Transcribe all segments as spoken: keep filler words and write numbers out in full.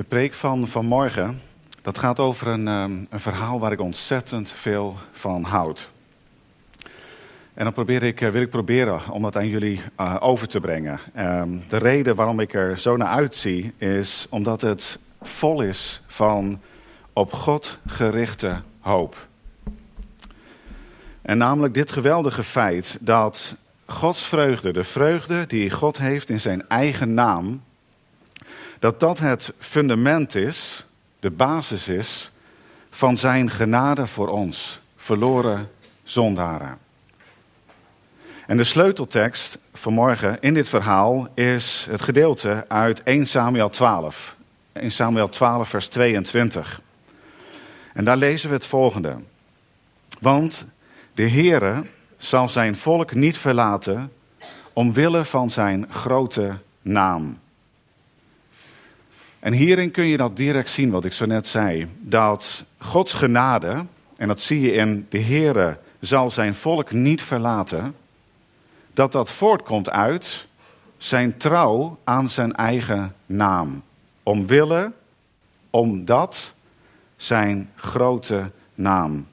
De preek van vanmorgen, dat gaat over een, um, een verhaal waar ik ontzettend veel van houd. En dan probeer ik, uh, wil ik proberen om dat aan jullie uh, over te brengen. Um, de reden waarom ik er zo naar uitzie is omdat het vol is van op God gerichte hoop. En namelijk dit geweldige feit dat Gods vreugde, de vreugde die God heeft in zijn eigen naam, dat dat het fundament is, de basis is van zijn genade voor ons, verloren zondaren. En de sleuteltekst vanmorgen in dit verhaal is het gedeelte uit Eerste Samuel twaalf. Eerste Samuel twaalf vers tweeëntwintig. En daar lezen we het volgende. Want de Heere zal zijn volk niet verlaten omwille van zijn grote naam. En hierin kun je dat direct zien wat ik zo net zei. Dat Gods genade, en dat zie je in de Heere zal zijn volk niet verlaten, dat dat voortkomt uit zijn trouw aan zijn eigen naam. Omwille, omdat zijn grote naam.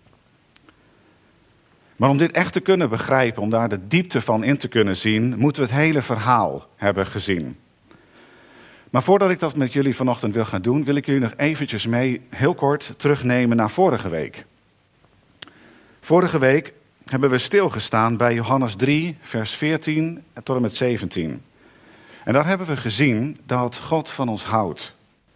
Maar om dit echt te kunnen begrijpen, om daar de diepte van in te kunnen zien, moeten we het hele verhaal hebben gezien. Maar voordat ik dat met jullie vanochtend wil gaan doen, wil ik jullie nog eventjes mee heel kort terugnemen naar vorige week. Vorige week hebben we stilgestaan bij Johannes drie, vers veertien tot en met zeventien. En daar hebben we gezien dat God van ons houdt.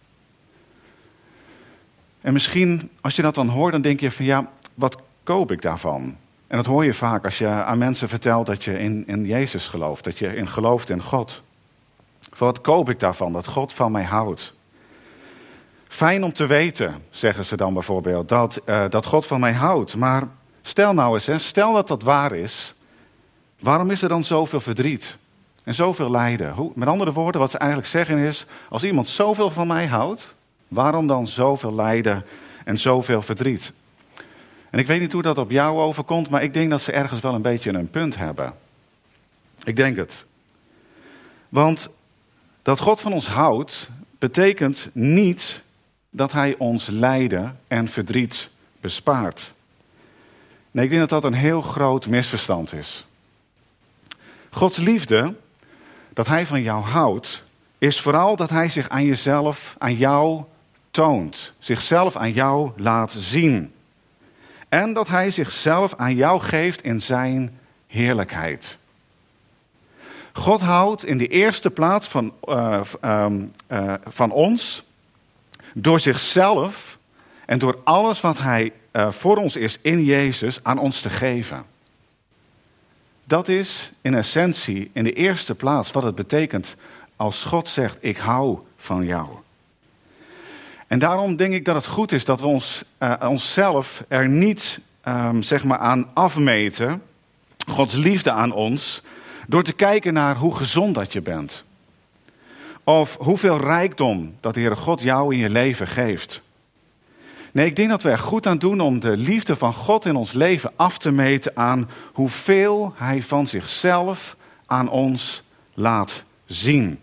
En misschien, als je dat dan hoort, dan denk je van ja, wat koop ik daarvan? En dat hoor je vaak als je aan mensen vertelt dat je in, in Jezus gelooft, dat je in gelooft in God. Wat koop ik daarvan, dat God van mij houdt? Fijn om te weten, zeggen ze dan bijvoorbeeld, dat, uh, dat God van mij houdt. Maar stel nou eens, hè, stel dat dat waar is, waarom is er dan zoveel verdriet en zoveel lijden? Hoe, met andere woorden, wat ze eigenlijk zeggen is, als iemand zoveel van mij houdt, waarom dan zoveel lijden en zoveel verdriet? En ik weet niet hoe dat op jou overkomt, maar ik denk dat ze ergens wel een beetje een punt hebben. Ik denk het. Want dat God van ons houdt, betekent niet dat hij ons lijden en verdriet bespaart. Nee, ik denk dat dat een heel groot misverstand is. Gods liefde, dat hij van jou houdt, is vooral dat hij zich aan jezelf, aan jou toont. Zichzelf aan jou laat zien. En dat hij zichzelf aan jou geeft in zijn heerlijkheid. God houdt in de eerste plaats van, uh, um, uh, van ons door zichzelf en door alles wat hij uh, voor ons is in Jezus aan ons te geven. Dat is in essentie in de eerste plaats wat het betekent als God zegt, ik hou van jou. En daarom denk ik dat het goed is dat we ons, uh, onszelf er niet um, zeg maar aan afmeten, Gods liefde aan ons, door te kijken naar hoe gezond dat je bent. Of hoeveel rijkdom dat de Heere God jou in je leven geeft. Nee, ik denk dat we er goed aan doen om de liefde van God in ons leven af te meten aan hoeveel hij van zichzelf aan ons laat zien.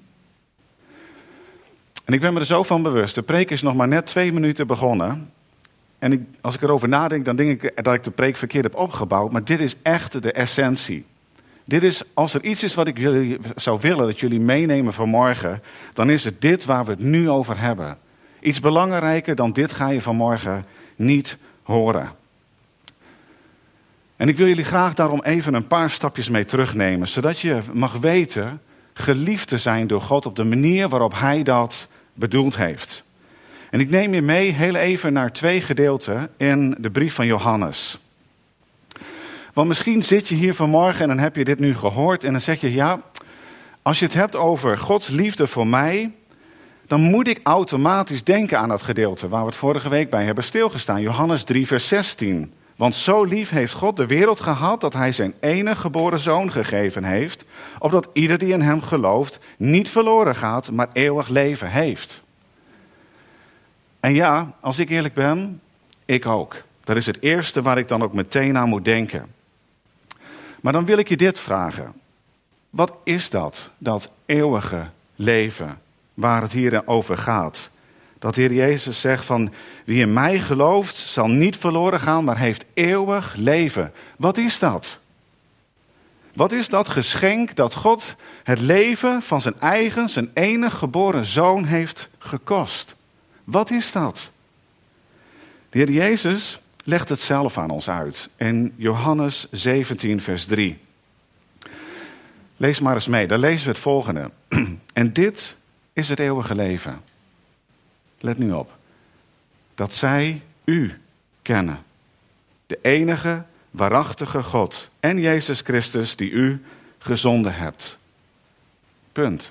En ik ben me er zo van bewust. De preek is nog maar net twee minuten begonnen. En ik, als ik erover nadenk, dan denk ik dat ik de preek verkeerd heb opgebouwd. Maar dit is echt de essentie. Dit is, als er iets is wat ik jullie zou willen dat jullie meenemen vanmorgen, dan is het dit waar we het nu over hebben. Iets belangrijker dan dit ga je vanmorgen niet horen. En ik wil jullie graag daarom even een paar stapjes mee terugnemen, zodat je mag weten geliefd te zijn door God op de manier waarop hij dat bedoeld heeft. En ik neem je mee heel even naar twee gedeelten in de brief van Johannes. Want misschien zit je hier vanmorgen en dan heb je dit nu gehoord en dan zeg je, ja, als je het hebt over Gods liefde voor mij, dan moet ik automatisch denken aan dat gedeelte waar we het vorige week bij hebben stilgestaan. Johannes drie vers zestien. Want zo lief heeft God de wereld gehad dat hij zijn enige geboren zoon gegeven heeft, opdat ieder die in hem gelooft niet verloren gaat, maar eeuwig leven heeft. En ja, als ik eerlijk ben, ik ook. Dat is het eerste waar ik dan ook meteen aan moet denken. Maar dan wil ik je dit vragen. Wat is dat, dat eeuwige leven waar het hier over gaat? Dat de Heer Jezus zegt van, wie in mij gelooft zal niet verloren gaan, maar heeft eeuwig leven. Wat is dat? Wat is dat geschenk dat God het leven van zijn eigen, zijn enig geboren zoon heeft gekost? Wat is dat? De Heer Jezus legt het zelf aan ons uit in Johannes zeventien vers drie. Lees maar eens mee, daar lezen we het volgende. En dit is het eeuwige leven. Let nu op. Dat zij u kennen. De enige waarachtige God en Jezus Christus die u gezonden hebt. Punt.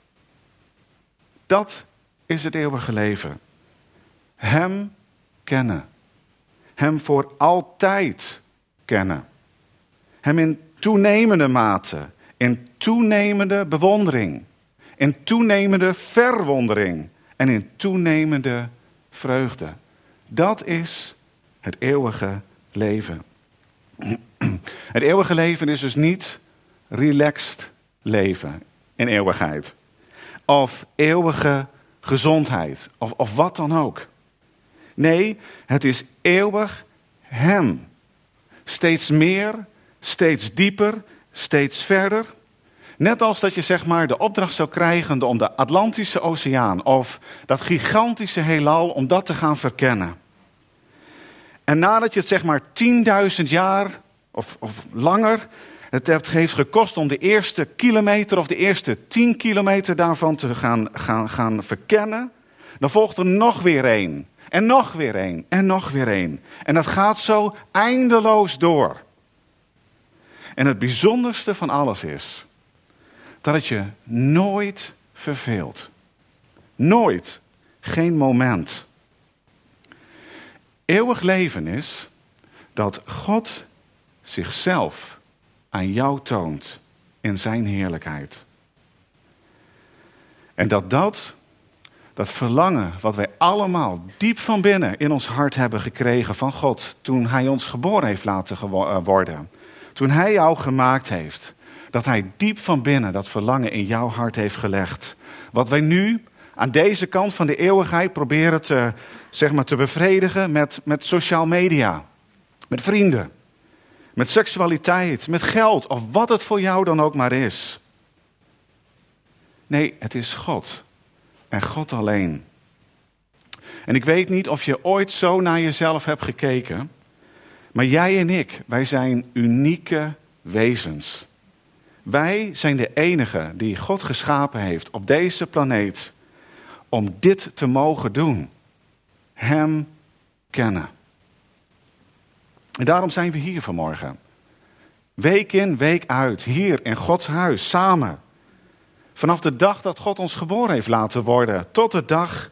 Dat is het eeuwige leven. Hem kennen. Hem voor altijd kennen. Hem in toenemende mate, in toenemende bewondering, in toenemende verwondering en in toenemende vreugde. Dat is het eeuwige leven. Het eeuwige leven is dus niet relaxed leven in eeuwigheid. Of eeuwige gezondheid. Of, of wat dan ook. Nee, het is eeuwig hem. Steeds meer, steeds dieper, steeds verder. Net als dat je zeg maar de opdracht zou krijgen om de Atlantische Oceaan of dat gigantische heelal om dat te gaan verkennen. En nadat je het zeg maar tienduizend jaar of, of langer het heeft gekost om de eerste kilometer of de eerste tien kilometer daarvan te gaan, gaan, gaan verkennen, dan volgt er nog weer één. En nog weer één. En nog weer één. En dat gaat zo eindeloos door. En het bijzonderste van alles is dat het je nooit verveelt. Nooit. Geen moment. Eeuwig leven is dat God zichzelf aan jou toont in zijn heerlijkheid. En dat dat, dat verlangen wat wij allemaal diep van binnen in ons hart hebben gekregen van God toen hij ons geboren heeft laten worden. Toen hij jou gemaakt heeft. Dat hij diep van binnen dat verlangen in jouw hart heeft gelegd. Wat wij nu aan deze kant van de eeuwigheid proberen te, zeg maar, te bevredigen met, met sociaal media. Met vrienden. Met seksualiteit. Met geld. Of wat het voor jou dan ook maar is. Nee, het is God. En God alleen. En ik weet niet of je ooit zo naar jezelf hebt gekeken. Maar jij en ik, wij zijn unieke wezens. Wij zijn de enigen die God geschapen heeft op deze planeet om dit te mogen doen. Hem kennen. En daarom zijn we hier vanmorgen. Week in, week uit, hier in Gods huis, samen. Vanaf de dag dat God ons geboren heeft laten worden, tot de dag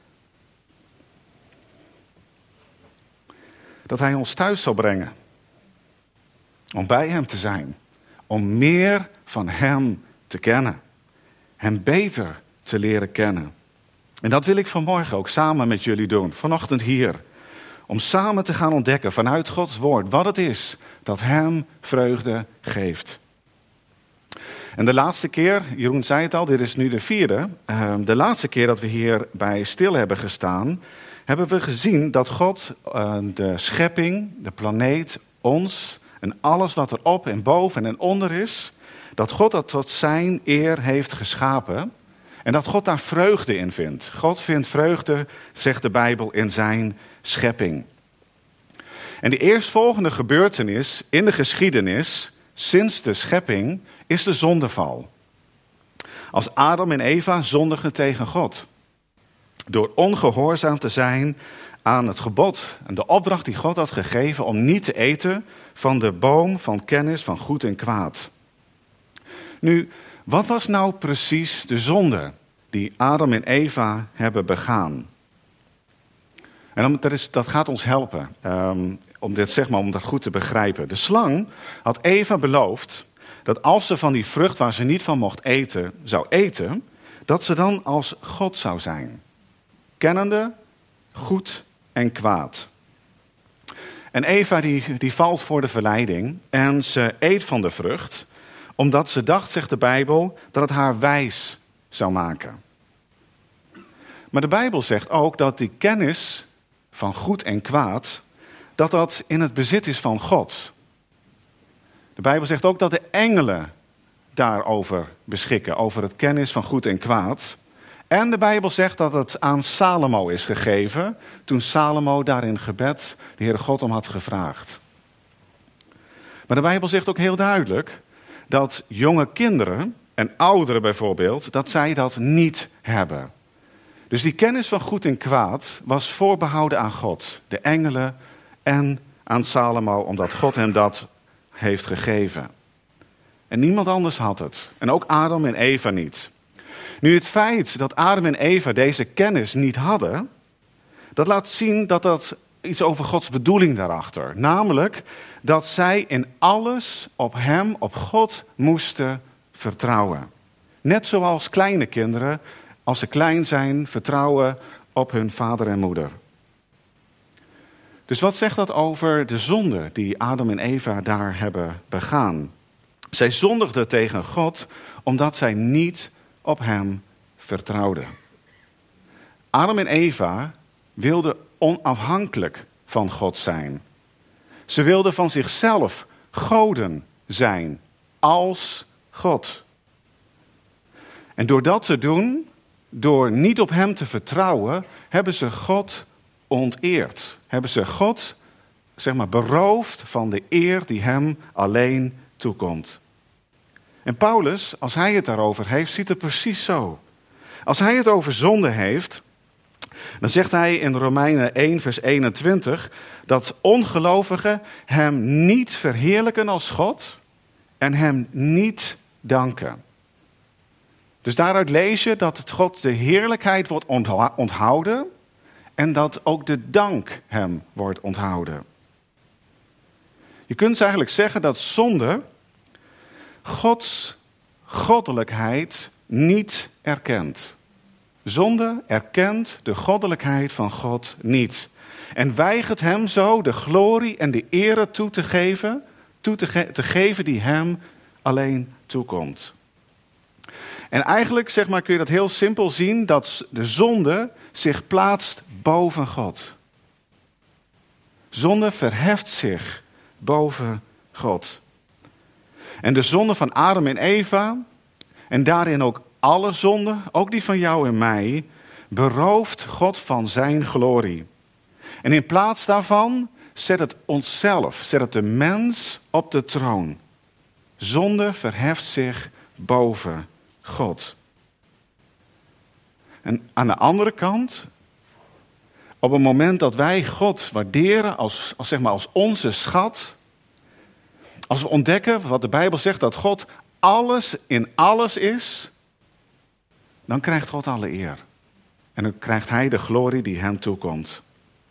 dat hij ons thuis zal brengen. Om bij hem te zijn. Om meer van hem te kennen. Hem beter te leren kennen. En dat wil ik vanmorgen ook samen met jullie doen. Vanochtend hier. Om samen te gaan ontdekken vanuit Gods woord wat het is dat hem vreugde geeft. En de laatste keer, Jeroen zei het al, dit is nu de vierde. De laatste keer dat we hier bij stil hebben gestaan, hebben we gezien dat God de schepping, de planeet, ons en alles wat er op en boven en onder is, dat God dat tot zijn eer heeft geschapen en dat God daar vreugde in vindt. God vindt vreugde, zegt de Bijbel, in zijn schepping. En de eerstvolgende gebeurtenis in de geschiedenis, sinds de schepping, is de zondeval. Als Adam en Eva zondigen tegen God. Door ongehoorzaam te zijn aan het gebod en de opdracht die God had gegeven om niet te eten van de boom van kennis van goed en kwaad. Nu, wat was nou precies de zonde die Adam en Eva hebben begaan? En dat, is, dat gaat ons helpen um, om, dit, zeg maar, om dat goed te begrijpen. De slang had Eva beloofd dat als ze van die vrucht waar ze niet van mocht eten, zou eten, dat ze dan als God zou zijn. Kennende, goed en kwaad. En Eva die, die valt voor de verleiding en ze eet van de vrucht, omdat ze dacht, zegt de Bijbel, dat het haar wijs zou maken. Maar de Bijbel zegt ook dat die kennis van goed en kwaad, dat dat in het bezit is van God. De Bijbel zegt ook dat de engelen daarover beschikken, over het kennis van goed en kwaad. En de Bijbel zegt dat het aan Salomo is gegeven, toen Salomo daar in gebed de Heere God om had gevraagd. Maar de Bijbel zegt ook heel duidelijk dat jonge kinderen en ouderen bijvoorbeeld, dat zij dat niet hebben. Dus die kennis van goed en kwaad was voorbehouden aan God, de engelen en aan Salomo, omdat God hem dat heeft gegeven. En niemand anders had het. En ook Adam en Eva niet. Nu, het feit dat Adam en Eva deze kennis niet hadden, dat laat zien dat dat iets over Gods bedoeling daarachter. Namelijk dat zij in alles op hem, op God, moesten vertrouwen. Net zoals kleine kinderen, als ze klein zijn, vertrouwen op hun vader en moeder. Dus wat zegt dat over de zonde die Adam en Eva daar hebben begaan? Zij zondigden tegen God omdat zij niet op hem vertrouwden. Adam en Eva wilden onafhankelijk van God zijn. Ze wilden van zichzelf goden zijn als God. En door dat te doen, door niet op hem te vertrouwen, hebben ze God onteerd. Hebben ze God, zeg maar, beroofd van de eer die hem alleen toekomt. En Paulus, als hij het daarover heeft, ziet het precies zo. Als hij het over zonde heeft, dan zegt hij in Romeinen één vers eenentwintig dat ongelovigen hem niet verheerlijken als God en hem niet danken. Dus daaruit lees je dat het God de heerlijkheid wordt onthouden en dat ook de dank hem wordt onthouden. Je kunt eigenlijk zeggen dat zonde Gods goddelijkheid niet erkent. Zonde erkent de goddelijkheid van God niet. En weigert hem zo de glorie en de ere toe te geven, toe te, ge- te geven die hem alleen toekomt. En eigenlijk, zeg maar, kun je dat heel simpel zien, dat de zonde zich plaatst boven God. Zonde verheft zich boven God. En de zonde van Adam en Eva, en daarin ook alle zonden, ook die van jou en mij, berooft God van zijn glorie. En in plaats daarvan zet het onszelf, zet het de mens op de troon. Zonde verheft zich boven God. En aan de andere kant, op het moment dat wij God waarderen als, als, zeg maar als onze schat, als we ontdekken wat de Bijbel zegt, dat God alles in alles is, dan krijgt God alle eer. En dan krijgt hij de glorie die hem toekomt.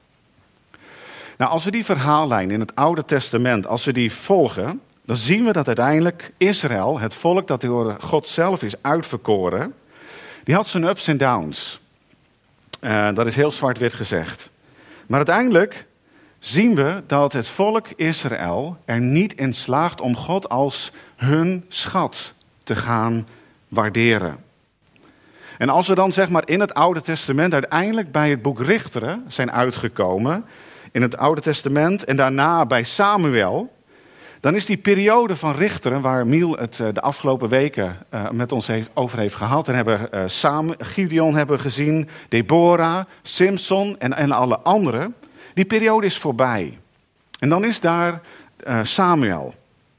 Nou, als we die verhaallijn in het Oude Testament, als we die volgen, dan zien we dat uiteindelijk Israël, het volk dat door God zelf is uitverkoren, die had zijn ups en downs. Uh, dat is heel zwart-wit gezegd. Maar uiteindelijk zien we dat het volk Israël er niet in slaagt om God als hun schat te gaan waarderen. En als we dan zeg maar in het Oude Testament uiteindelijk bij het boek Richteren zijn uitgekomen, in het Oude Testament en daarna bij Samuel, dan is die periode van Richteren, waar Miel het de afgelopen weken uh, met ons heeft, over heeft gehad, en hebben uh, Sam, Gideon hebben gezien, Deborah, Simson en, en alle anderen, die periode is voorbij. En dan is daar uh, Samuel.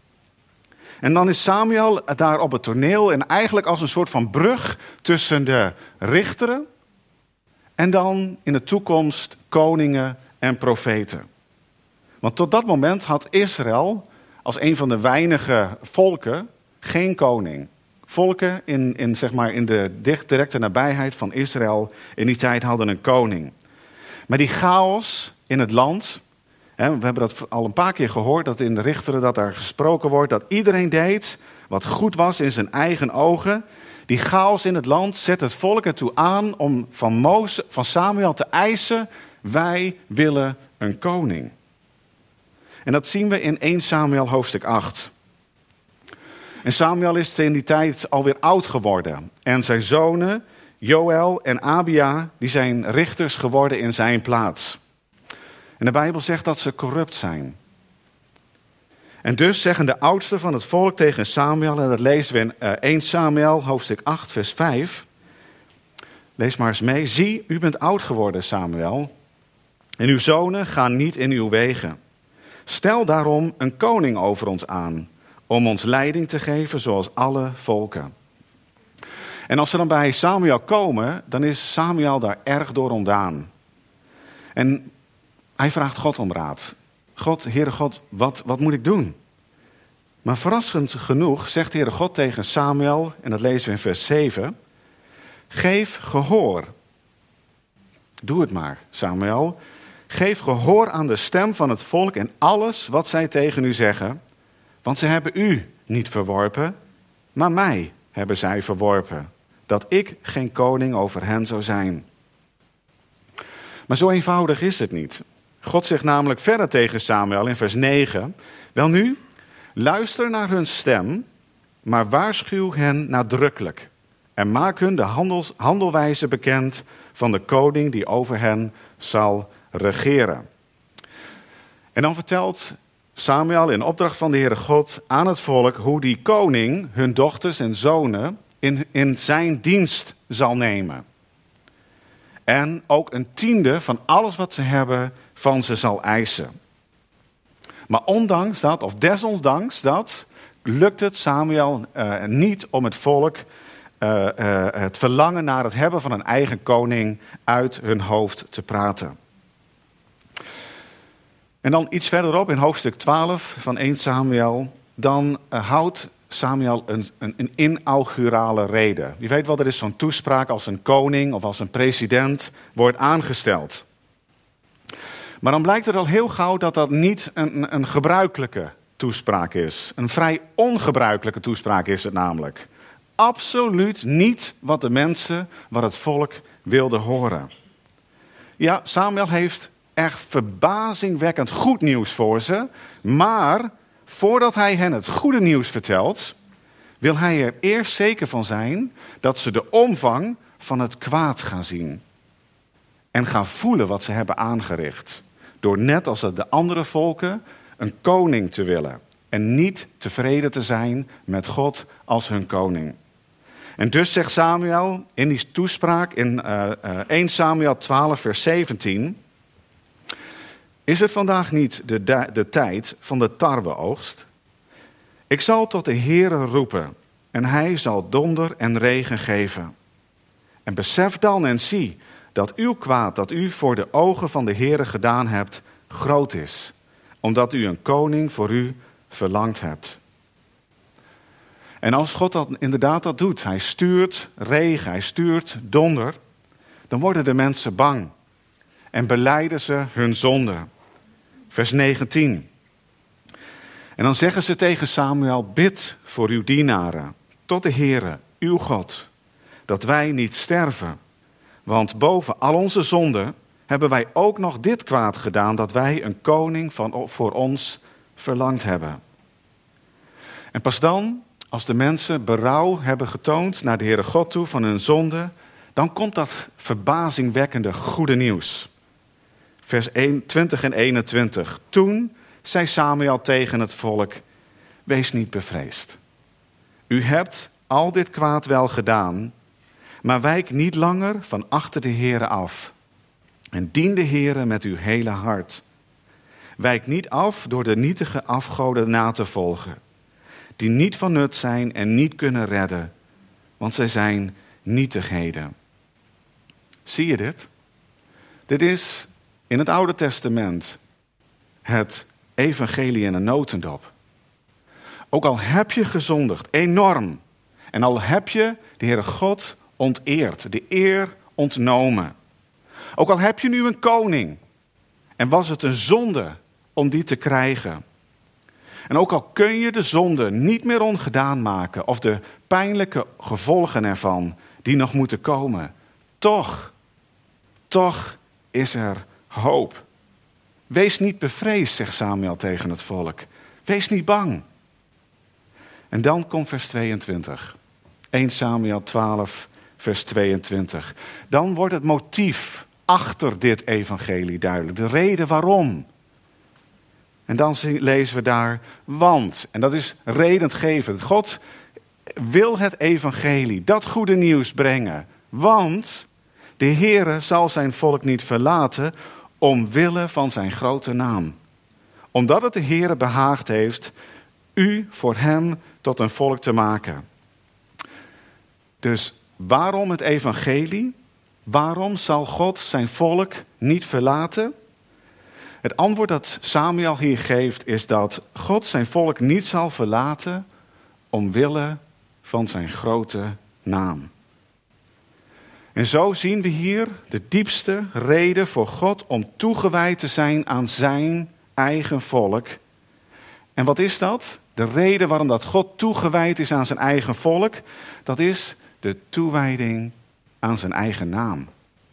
En dan is Samuel daar op het toneel en eigenlijk als een soort van brug tussen de richteren en dan in de toekomst koningen en profeten. Want tot dat moment had Israël als een van de weinige volken geen koning. Volken in, in, zeg maar in de dicht, directe nabijheid van Israël in die tijd hadden een koning. Maar die chaos in het land, hè, we hebben dat al een paar keer gehoord, dat in de Richteren dat er gesproken wordt, dat iedereen deed wat goed was in zijn eigen ogen. Die chaos in het land zet het volk ertoe aan om van, Mozes, van Samuel te eisen, wij willen een koning. En dat zien we in eerste Samuel hoofdstuk acht. En Samuel is in die tijd alweer oud geworden. En zijn zonen, Joël en Abia, die zijn richters geworden in zijn plaats. En de Bijbel zegt dat ze corrupt zijn. En dus zeggen de oudsten van het volk tegen Samuel, en dat lezen we in uh, eerste Samuel, hoofdstuk acht, vers vijf. Lees maar eens mee. Zie, u bent oud geworden, Samuel, en uw zonen gaan niet in uw wegen. Stel daarom een koning over ons aan, om ons leiding te geven zoals alle volken. En als ze dan bij Samuel komen, dan is Samuel daar erg door ontdaan. En hij vraagt God om raad. God, Heere God, wat, wat moet ik doen? Maar verrassend genoeg zegt Heere God tegen Samuel, en dat lezen we in vers zeven. Geef gehoor. Doe het maar, Samuel. Geef gehoor aan de stem van het volk en alles wat zij tegen u zeggen. Want ze hebben u niet verworpen, maar mij hebben zij verworpen. Dat ik geen koning over hen zou zijn. Maar zo eenvoudig is het niet. God zegt namelijk verder tegen Samuel in vers negen. Welnu, luister naar hun stem, maar waarschuw hen nadrukkelijk. En maak hun de handels, handelwijze bekend van de koning die over hen zal regeren. En dan vertelt Samuel in opdracht van de Heere God aan het volk hoe die koning hun dochters en zonen in, in zijn dienst zal nemen. En ook een tiende van alles wat ze hebben van ze zal eisen. Maar ondanks dat, of desondanks dat, lukt het Samuel uh, niet om het volk uh, uh, het verlangen naar het hebben van een eigen koning uit hun hoofd te praten. En dan iets verderop in hoofdstuk twaalf van eerste Samuel, dan uh, houdt Samuel een, een, een inaugurale rede. Je weet wel, er is zo'n toespraak als een koning of als een president wordt aangesteld. Maar dan blijkt er al heel gauw dat dat niet een, een gebruikelijke toespraak is. Een vrij ongebruikelijke toespraak is het namelijk. Absoluut niet wat de mensen, wat het volk wilde horen. Ja, Samuel heeft echt verbazingwekkend goed nieuws voor ze. Maar voordat hij hen het goede nieuws vertelt, wil hij er eerst zeker van zijn dat ze de omvang van het kwaad gaan zien. En gaan voelen wat ze hebben aangericht. Door net als de andere volken een koning te willen. En niet tevreden te zijn met God als hun koning. En dus zegt Samuel in die toespraak in uh, uh, eerste Samuel twaalf vers zeventien. Is het vandaag niet de, de, de tijd van de tarweoogst? Ik zal tot de Heere roepen en hij zal donder en regen geven. En besef dan en zie dat uw kwaad dat u voor de ogen van de Heere gedaan hebt, groot is. Omdat u een koning voor u verlangd hebt. En als God dat inderdaad dat doet, hij stuurt regen, hij stuurt donder, dan worden de mensen bang. En belijden ze hun zonde. Vers negentien. En dan zeggen ze tegen Samuel, bid voor uw dienaren, tot de Heere, uw God, dat wij niet sterven. Want boven al onze zonden hebben wij ook nog dit kwaad gedaan, dat wij een koning van, voor ons verlangd hebben. En pas dan, als de mensen berouw hebben getoond naar de Heere God toe van hun zonde, dan komt dat verbazingwekkende goede nieuws. Vers twintig en eenentwintig. Toen zei Samuel tegen het volk, wees niet bevreesd. U hebt al dit kwaad wel gedaan, maar wijk niet langer van achter de Heere af. En dien de Heere met uw hele hart. Wijk niet af door de nietige afgoden na te volgen, die niet van nut zijn en niet kunnen redden, want zij zijn nietigheden. Zie je dit? Dit is in het Oude Testament het evangelie in een notendop. Ook al heb je gezondigd, enorm, en al heb je de Heere God onteerd, de eer ontnomen. Ook al heb je nu een koning en was het een zonde om die te krijgen. En ook al kun je de zonde niet meer ongedaan maken of de pijnlijke gevolgen ervan die nog moeten komen. Toch, toch is er hoop. Wees niet bevreesd, zegt Samuel tegen het volk. Wees niet bang. En dan komt vers tweeëntwintig. eerste Samuel twaalf, vers tweeëntwintig. Dan wordt het motief achter dit evangelie duidelijk. De reden waarom. En dan lezen we daar, want. En dat is redendgevend. God wil het evangelie, dat goede nieuws brengen. Want de Heere zal zijn volk niet verlaten omwille van zijn grote naam. Omdat het de Heere behaagd heeft u voor hem tot een volk te maken. Dus waarom het evangelie? Waarom zal God zijn volk niet verlaten? Het antwoord dat Samuel hier geeft is dat God zijn volk niet zal verlaten omwille van zijn grote naam. En zo zien we hier de diepste reden voor God om toegewijd te zijn aan zijn eigen volk. En wat is dat? De reden waarom dat God toegewijd is aan zijn eigen volk, dat is de toewijding aan zijn eigen naam.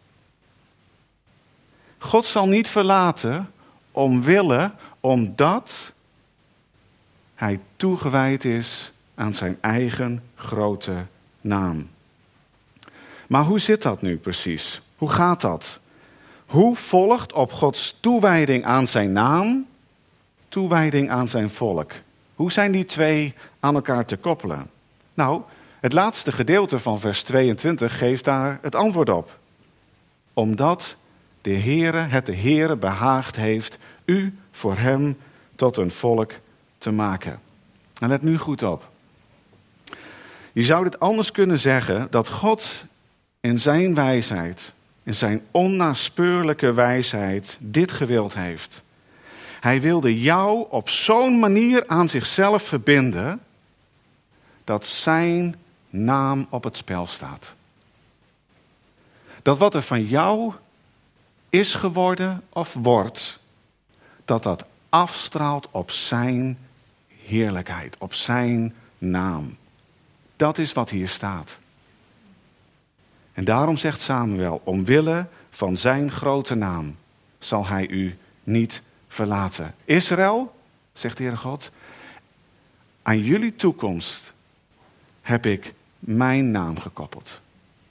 God zal niet verlaten omwille, omdat hij toegewijd is aan zijn eigen grote naam. Maar hoe zit dat nu precies? Hoe gaat dat? Hoe volgt op Gods toewijding aan zijn naam toewijding aan zijn volk? Hoe zijn die twee aan elkaar te koppelen? Nou, het laatste gedeelte van vers tweeëntwintig geeft daar het antwoord op. Omdat de Heere het de Heere behaagd heeft u voor hem tot een volk te maken. En let nu goed op. Je zou dit anders kunnen zeggen dat God in zijn wijsheid, in zijn onnaspeurlijke wijsheid, dit gewild heeft. Hij wilde jou op zo'n manier aan zichzelf verbinden dat zijn naam op het spel staat. Dat wat er van jou is geworden of wordt, dat dat afstraalt op zijn heerlijkheid, op zijn naam. Dat is wat hier staat. En daarom zegt Samuel, omwille van zijn grote naam zal hij u niet verlaten. Israël, zegt de Heere God, aan jullie toekomst heb ik mijn naam gekoppeld.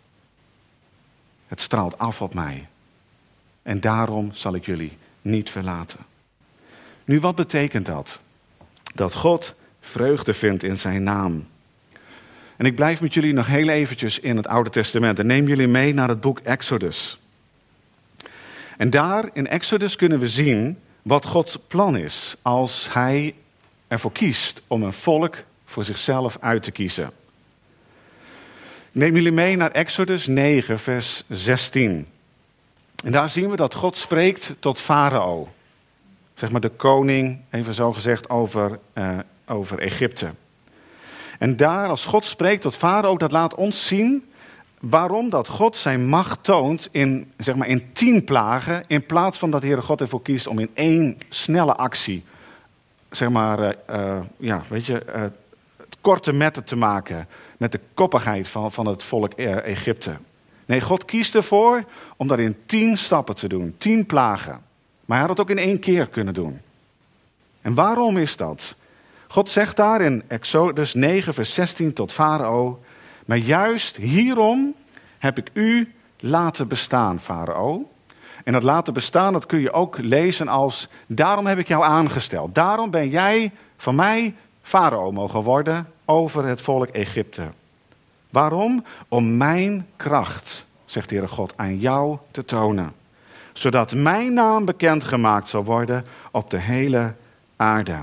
Het straalt af op mij. En daarom zal ik jullie niet verlaten. Nu, wat betekent dat? Dat God vreugde vindt in zijn naam. En ik blijf met jullie nog heel eventjes in het Oude Testament. En neem jullie mee naar het boek Exodus. En daar in Exodus kunnen we zien wat Gods plan is als hij ervoor kiest om een volk voor zichzelf uit te kiezen. Ik neem jullie mee naar Exodus negen, vers zestien. En daar zien we dat God spreekt tot Farao. Zeg maar de koning, even zo gezegd, over, uh, over Egypte. En daar, als God spreekt tot Farao, dat laat ons zien waarom dat God zijn macht toont in, zeg maar, in tien plagen, in plaats van dat de Heere God ervoor kiest om in één snelle actie, zeg maar, uh, uh, ja, weet je, uh, het korte metten te maken met de koppigheid van, van het volk Egypte. Nee, God kiest ervoor om dat in tien stappen te doen, tien plagen. Maar hij had het ook in één keer kunnen doen. En waarom is dat? God zegt daar in Exodus negen, vers zestien tot Farao, maar juist hierom heb ik u laten bestaan, Farao. En dat laten bestaan, dat kun je ook lezen als, daarom heb ik jou aangesteld. Daarom ben jij van mij Farao mogen worden over het volk Egypte. Waarom? Om mijn kracht, zegt de Heere God, aan jou te tonen. Zodat mijn naam bekendgemaakt zal worden op de hele aarde.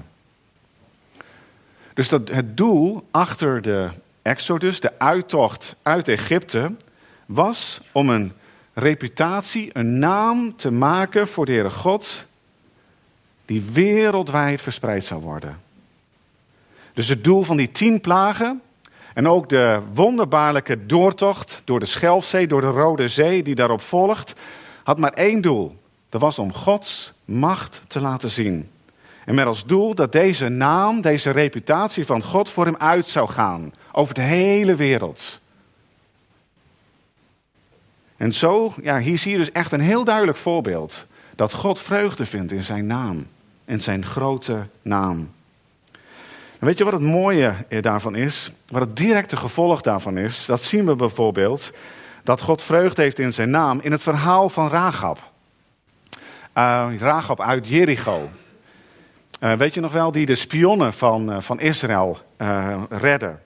Dus dat het doel achter de Exodus, de uittocht uit Egypte, was om een reputatie, een naam te maken voor de Heere God, die wereldwijd verspreid zou worden. Dus het doel van die tien plagen en ook de wonderbaarlijke doortocht door de Schelfzee, door de Rode Zee die daarop volgt, had maar één doel. Dat was om Gods macht te laten zien. En met als doel dat deze naam, deze reputatie van God voor hem uit zou gaan. Over de hele wereld. En zo, ja, hier zie je dus echt een heel duidelijk voorbeeld. Dat God vreugde vindt in zijn naam. In zijn grote naam. En weet je wat het mooie daarvan is? Wat het directe gevolg daarvan is? Dat zien we bijvoorbeeld dat God vreugde heeft in zijn naam in het verhaal van Rahab. Uh, Rahab uit Jericho. Uh, weet je nog wel, die de spionnen van, uh, van Israël uh, redden.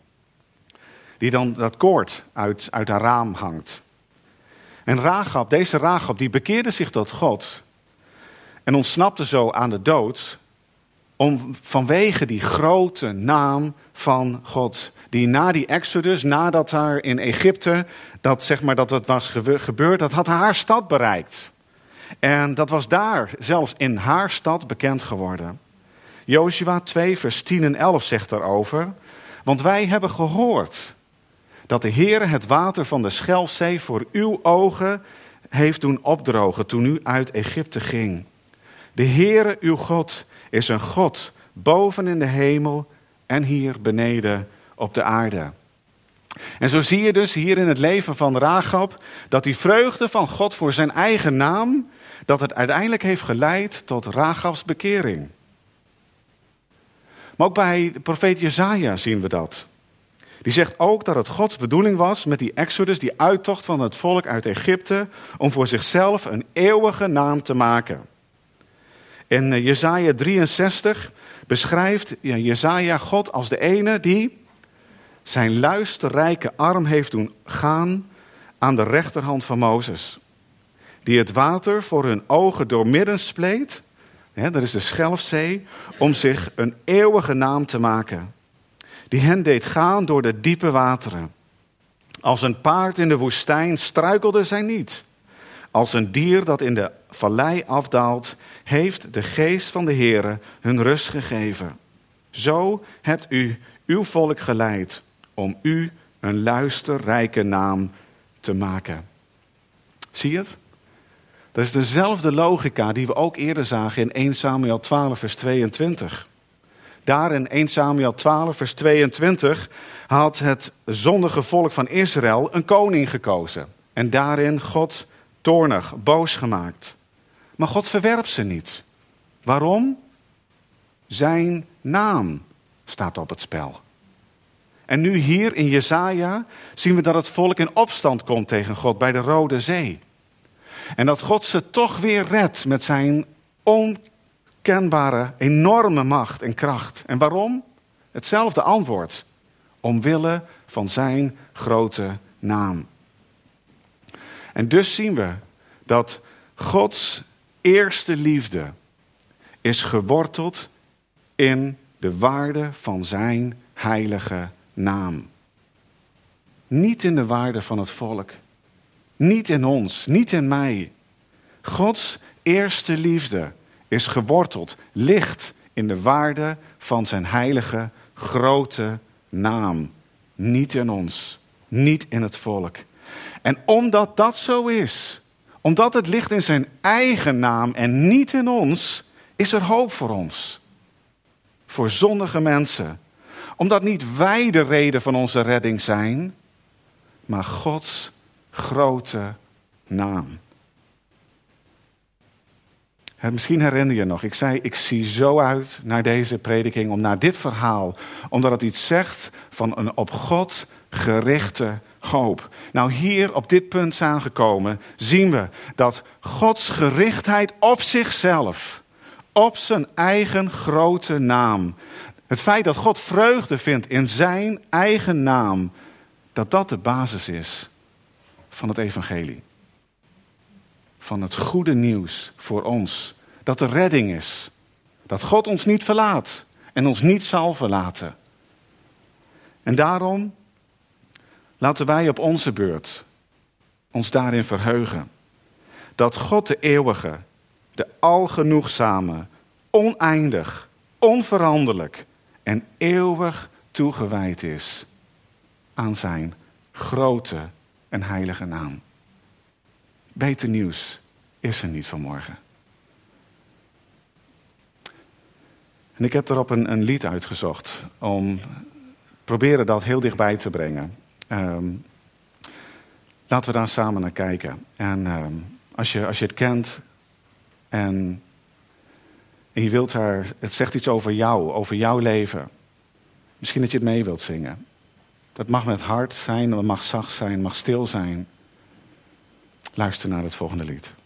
Die dan dat koord uit, uit haar raam hangt. En Rahab, deze Rahab, die bekeerde zich tot God. En ontsnapte zo aan de dood. Om, vanwege die grote naam van God. Die na die Exodus, nadat haar in Egypte, dat zeg maar dat het was gebeurd, dat had haar stad bereikt. En dat was daar, zelfs in haar stad, bekend geworden. Jozua twee, vers tien en elf zegt daarover. Want wij hebben gehoord dat de Heere het water van de Schelfzee voor uw ogen heeft doen opdrogen toen u uit Egypte ging. De Heere, uw God, is een God boven in de hemel en hier beneden op de aarde. En zo zie je dus hier in het leven van Rahab dat die vreugde van God voor zijn eigen naam, dat het uiteindelijk heeft geleid tot Rahabs bekering. Maar ook bij de profeet Jesaja zien we dat. Die zegt ook dat het Gods bedoeling was met die Exodus, die uittocht van het volk uit Egypte, om voor zichzelf een eeuwige naam te maken. In Jesaja drieënzestig beschrijft Jesaja God als de ene die zijn luisterrijke arm heeft doen gaan aan de rechterhand van Mozes. Die het water voor hun ogen doormidden spleet, hè, dat is de Schelfzee, om zich een eeuwige naam te maken. Die hen deed gaan door de diepe wateren. Als een paard in de woestijn struikelde zij niet. Als een dier dat in de vallei afdaalt, heeft de geest van de Heere hun rust gegeven. Zo hebt u uw volk geleid om u een luisterrijke naam te maken. Zie je het? Dat is dezelfde logica die we ook eerder zagen in eerste Samuel twaalf vers tweeëntwintig. Daar in eerste Samuel twaalf vers tweeëntwintig had het zondige volk van Israël een koning gekozen. En daarin God toornig, boos gemaakt. Maar God verwerpt ze niet. Waarom? Zijn naam staat op het spel. En nu hier in Jesaja zien we dat het volk in opstand komt tegen God bij de Rode Zee. En dat God ze toch weer redt met zijn onkenbare, enorme macht en kracht. En waarom? Hetzelfde antwoord. Omwille van zijn grote naam. En dus zien we dat Gods eerste liefde is geworteld in de waarde van zijn heilige naam. Niet in de waarde van het volk. Niet in ons, niet in mij. Gods eerste liefde is geworteld, ligt in de waarde van zijn heilige, grote naam. Niet in ons, niet in het volk. En omdat dat zo is, omdat het ligt in zijn eigen naam en niet in ons, is er hoop voor ons. Voor zondige mensen. Omdat niet wij de reden van onze redding zijn, maar Gods grote naam. Misschien herinner je nog, ik zei, ik zie zo uit naar deze prediking, om naar dit verhaal, omdat het iets zegt van een op God gerichte hoop. Nou, hier op dit punt zijn aangekomen, zien we dat Gods gerichtheid op zichzelf, op zijn eigen grote naam, het feit dat God vreugde vindt in zijn eigen naam, dat dat de basis is van het evangelie. Van het goede nieuws voor ons. Dat er redding is. Dat God ons niet verlaat en ons niet zal verlaten. En daarom laten wij op onze beurt ons daarin verheugen. Dat God de eeuwige, de algenoegzame, oneindig, onveranderlijk en eeuwig toegewijd is aan zijn grote en heilige naam. Beter nieuws is er niet vanmorgen. En ik heb erop een, een lied uitgezocht om proberen dat heel dichtbij te brengen. Um, laten we daar samen naar kijken. En um, als, je, als je het kent en, en je wilt daar, het zegt iets over jou, over jouw leven. Misschien dat je het mee wilt zingen. Dat mag met hart zijn, dat mag zacht zijn, mag stil zijn. Luister naar het volgende lied.